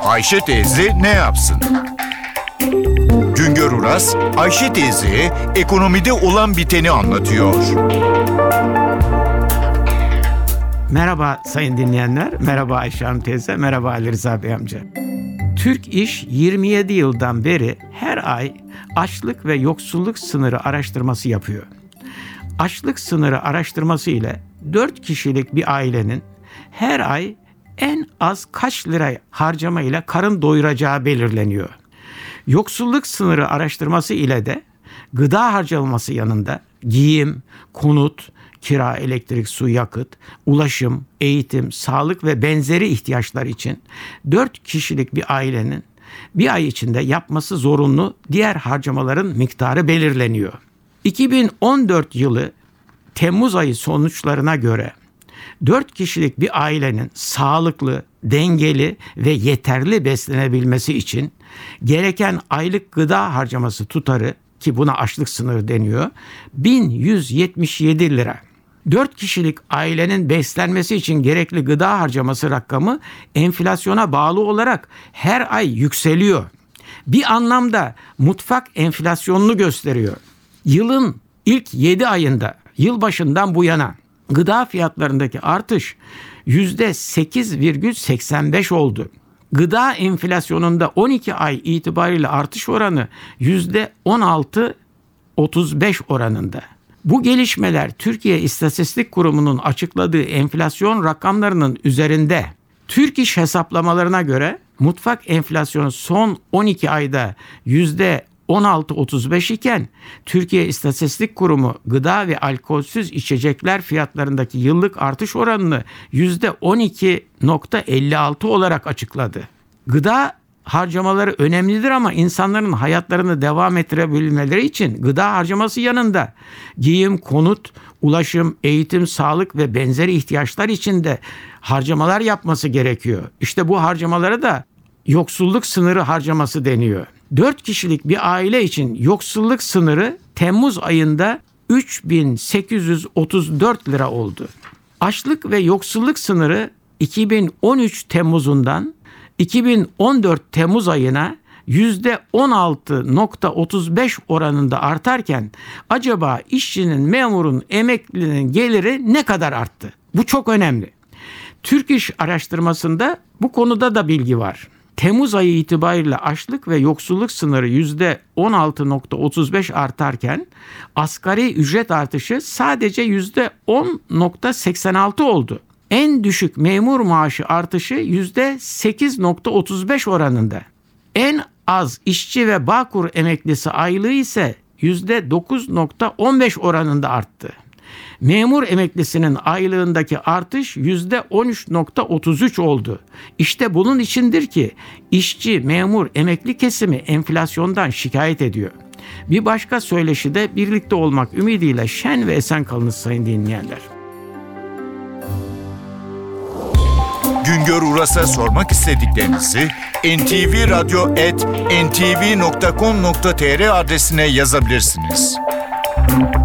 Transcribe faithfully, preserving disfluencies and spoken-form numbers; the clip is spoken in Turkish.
Ayşe teyze ne yapsın? Güngör Uras, Ayşe teyzeye ekonomide olan biteni anlatıyor. Merhaba sayın dinleyenler, merhaba Ayşe Hanım teyze, merhaba Ali Rıza Bey amca. Türk İş yirmi yedi yıldan beri her ay açlık ve yoksulluk sınırı araştırması yapıyor. Açlık sınırı araştırması ile dört kişilik bir ailenin her ay en az kaç lira harcama ile karın doyuracağı belirleniyor. Yoksulluk sınırı araştırması ile de gıda harcaması yanında giyim, konut, kira, elektrik, su, yakıt, ulaşım, eğitim, sağlık ve benzeri ihtiyaçlar için dört kişilik bir ailenin bir ay içinde yapması zorunlu diğer harcamaların miktarı belirleniyor. iki bin on dört yılı Temmuz ayı sonuçlarına göre dört kişilik bir ailenin sağlıklı, dengeli ve yeterli beslenebilmesi için gereken aylık gıda harcaması tutarı, ki buna açlık sınırı deniyor, bin yüz yetmiş yedi lira. dört kişilik ailenin beslenmesi için gerekli gıda harcaması rakamı enflasyona bağlı olarak her ay yükseliyor. Bir anlamda mutfak enflasyonunu gösteriyor. Yılın ilk yedi ayında, yılbaşından bu yana gıda fiyatlarındaki artış yüzde sekiz virgül seksen beş oldu. Gıda enflasyonunda on iki ay itibariyle artış oranı yüzde on altı virgül otuz beş oranında. Bu gelişmeler Türkiye İstatistik Kurumu'nun açıkladığı enflasyon rakamlarının üzerinde. Türk İş hesaplamalarına göre mutfak enflasyonu son on iki ayda yüzde on altı virgül otuz beş iken Türkiye İstatistik Kurumu gıda ve alkolsüz içecekler fiyatlarındaki yıllık artış oranını yüzde on iki virgül elli altı olarak açıkladı. Gıda harcamaları önemlidir ama insanların hayatlarını devam ettirebilmeleri için gıda harcaması yanında giyim, konut, ulaşım, eğitim, sağlık ve benzeri ihtiyaçlar için de harcamalar yapması gerekiyor. İşte bu harcamalara da yoksulluk sınırı harcaması deniyor. dört kişilik bir aile için yoksulluk sınırı Temmuz ayında üç bin sekiz yüz otuz dört lira oldu. Açlık ve yoksulluk sınırı iki bin on üç Temmuz'undan iki bin on dört Temmuz ayına yüzde on altı virgül otuz beş oranında artarken acaba işçinin, memurun, emeklinin geliri ne kadar arttı? Bu çok önemli. Türk İş araştırmasında bu konuda da bilgi var. Temmuz ayı itibariyle açlık ve yoksulluk sınırı yüzde on altı virgül otuz beş artarken asgari ücret artışı sadece yüzde on virgül seksen altı oldu. En düşük memur maaşı artışı yüzde sekiz virgül otuz beş oranında. En az işçi ve Bağkur emeklisi aylığı ise yüzde dokuz virgül on beş oranında arttı. Memur emeklisinin aylığındaki artış yüzde on üç virgül otuz üç oldu. İşte bunun içindir ki işçi, memur, emekli kesimi enflasyondan şikayet ediyor. Bir başka söyleşide birlikte olmak ümidiyle şen ve esen kalınız sayın dinleyenler. Güngör Uras'a sormak istediklerinizi en ti vi radyo at en ti vi nokta com nokta tr adresine yazabilirsiniz.